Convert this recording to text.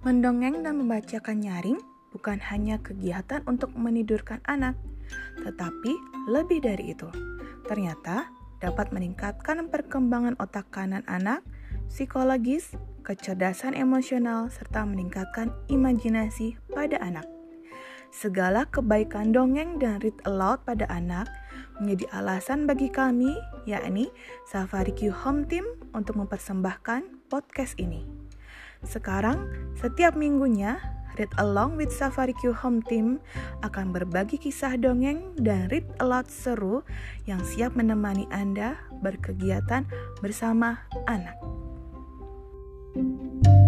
Mendongeng dan membacakan nyaring bukan hanya kegiatan untuk menidurkan anak, tetapi lebih dari itu. Ternyata dapat meningkatkan perkembangan otak kanan anak, psikologis, kecerdasan emosional, serta meningkatkan imajinasi pada anak. Segala kebaikan dongeng dan read aloud pada anak menjadi alasan bagi kami, yakni Safari Q Home Team, untuk mempersembahkan podcast ini. Sekarang, setiap minggunya, Read Along with Safari Q Home Team akan berbagi kisah dongeng dan read aloud seru yang siap menemani Anda berkegiatan bersama anak.